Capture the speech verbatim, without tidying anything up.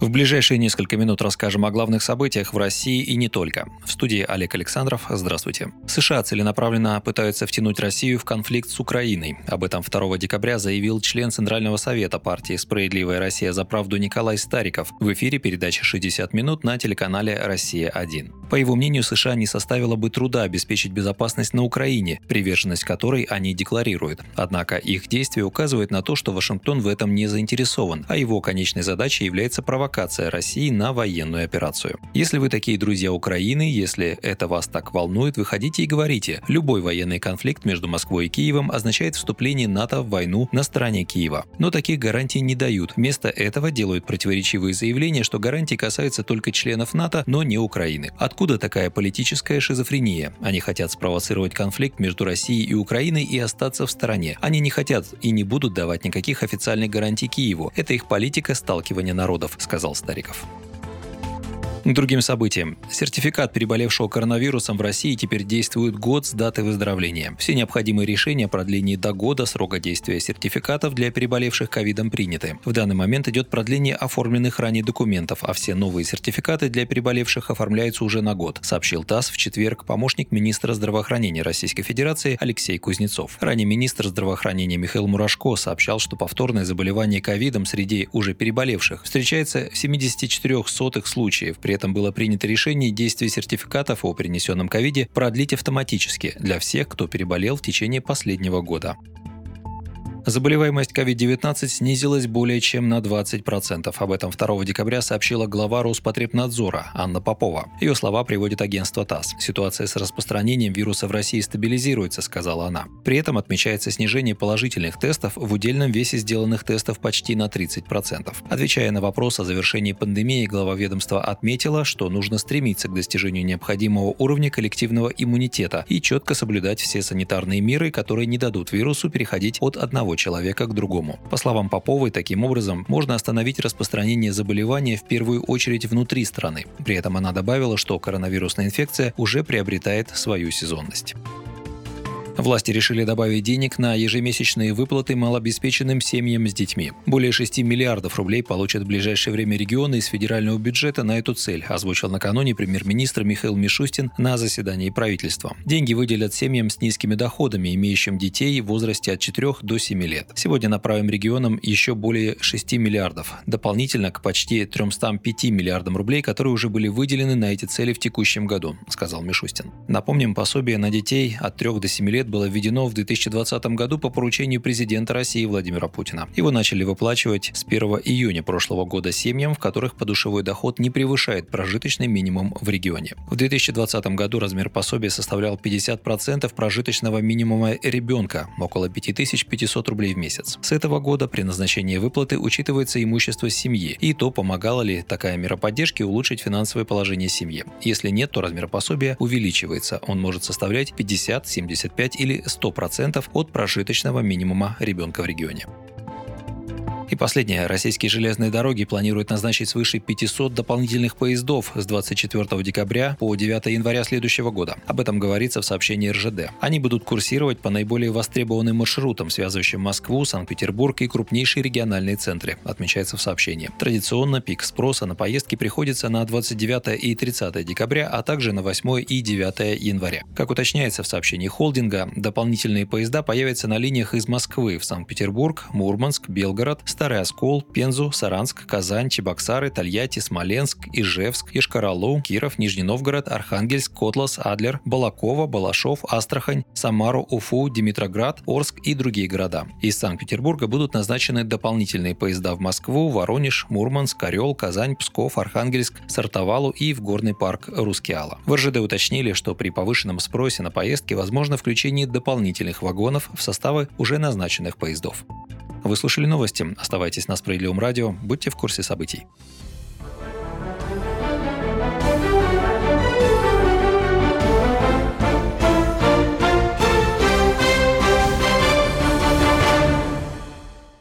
В ближайшие несколько минут расскажем о главных событиях в России и не только. В студии Олег Александров. Здравствуйте. США целенаправленно пытаются втянуть Россию в конфликт с Украиной. Об этом второго декабря заявил член Центрального совета партии «Справедливая Россия за правду» Николай Стариков в эфире передачи «шестьдесят минут» на телеканале «Россия-один». По его мнению, США не составило бы труда обеспечить безопасность на Украине, приверженность которой они декларируют. Однако их действия указывают на то, что Вашингтон в этом не заинтересован, а его конечной задачей является провокация России на военную операцию. Если вы такие друзья Украины, если это вас так волнует, выходите и говорите. Любой военный конфликт между Москвой и Киевом означает вступление НАТО в войну на стороне Киева. Но таких гарантий не дают. Вместо этого делают противоречивые заявления, что гарантии касаются только членов НАТО, но не Украины. Откуда такая политическая шизофрения? Они хотят спровоцировать конфликт между Россией и Украиной и остаться в стороне. Они не хотят и не будут давать никаких официальных гарантий Киеву. Это их политика сталкивания народов, сказал Стариков. К другим событиям. Сертификат переболевшего коронавирусом в России теперь действует год с даты выздоровления. Все необходимые решения о продлении до года срока действия сертификатов для переболевших ковидом приняты. В данный момент идет продление оформленных ранее документов, а все новые сертификаты для переболевших оформляются уже на год, сообщил ТАСС в четверг помощник министра здравоохранения Российской Федерации Алексей Кузнецов. Ранее министр здравоохранения Михаил Мурашко сообщал, что повторное заболевание ковидом среди уже переболевших встречается в семидесяти четырёх сотых случаев. При этом было принято решение действие сертификатов о перенесенном ковиде продлить автоматически для всех, кто переболел в течение последнего года. Заболеваемость ковид девятнадцать снизилась более чем на двадцать процентов. Об этом второго декабря сообщила глава Роспотребнадзора Анна Попова. Ее слова приводит агентство ТАСС. Ситуация с распространением вируса в России стабилизируется, сказала она. При этом отмечается снижение положительных тестов в удельном весе сделанных тестов почти на тридцать процентов. Отвечая на вопрос о завершении пандемии, глава ведомства отметила, что нужно стремиться к достижению необходимого уровня коллективного иммунитета и четко соблюдать все санитарные меры, которые не дадут вирусу переходить от одного человека к другому. По словам Поповой, таким образом можно остановить распространение заболевания в первую очередь внутри страны. При этом она добавила, что коронавирусная инфекция уже приобретает свою сезонность. Власти решили добавить денег на ежемесячные выплаты малообеспеченным семьям с детьми. Более шести миллиардов рублей получат в ближайшее время регионы из федерального бюджета на эту цель, озвучил накануне премьер-министр Михаил Мишустин на заседании правительства. Деньги выделят семьям с низкими доходами, имеющим детей в возрасте от четырёх до семи лет. Сегодня направим регионам еще более шести миллиардов, дополнительно к почти трёмстам пяти миллиардам рублей, которые уже были выделены на эти цели в текущем году, сказал Мишустин. Напомним, пособие на детей от трёх до семи лет было введено в две тысячи двадцатом году по поручению президента России Владимира Путина. Его начали выплачивать с первого июня прошлого года семьям, в которых подушевой доход не превышает прожиточный минимум в регионе. В две тысячи двадцатом году размер пособия составлял пятьдесят процентов прожиточного минимума ребенка, около пять тысяч пятьсот рублей в месяц. С этого года при назначении выплаты учитывается имущество семьи, и то, помогала ли такая мера поддержки улучшить финансовое положение семьи. Если нет, то размер пособия увеличивается. Он может составлять пятьдесят, семьдесят пять или сто процентов от прожиточного минимума ребенка в регионе. И последнее. Российские железные дороги планируют назначить свыше пятисот дополнительных поездов с двадцать четвёртого декабря по девятого января следующего года. Об этом говорится в сообщении эр жэ дэ. Они будут курсировать по наиболее востребованным маршрутам, связывающим Москву, Санкт-Петербург и крупнейшие региональные центры, отмечается в сообщении. Традиционно пик спроса на поездки приходится на двадцать девятое и тридцатое декабря, а также на восьмое и девятое января. Как уточняется в сообщении холдинга, дополнительные поезда появятся на линиях из Москвы в Санкт-Петербург, Мурманск, Белгород, Старый Оскол, Пензу, Саранск, Казань, Чебоксары, Тольятти, Смоленск, Ижевск, Йошкар-Олу, Киров, Нижний Новгород, Архангельск, Котлас, Адлер, Балаково, Балашов, Астрахань, Самару, Уфу, Димитроград, Орск и другие города. Из Санкт-Петербурга будут назначены дополнительные поезда в Москву, Воронеж, Мурманск, Орел, Казань, Псков, Архангельск, Сартовалу и в горный парк Рускеала. В эр жэ дэ уточнили, что при повышенном спросе на поездки возможно включение дополнительных вагонов в составы уже назначенных поездов. Вы слушали новости. Оставайтесь на Справедливом радио. Будьте в курсе событий.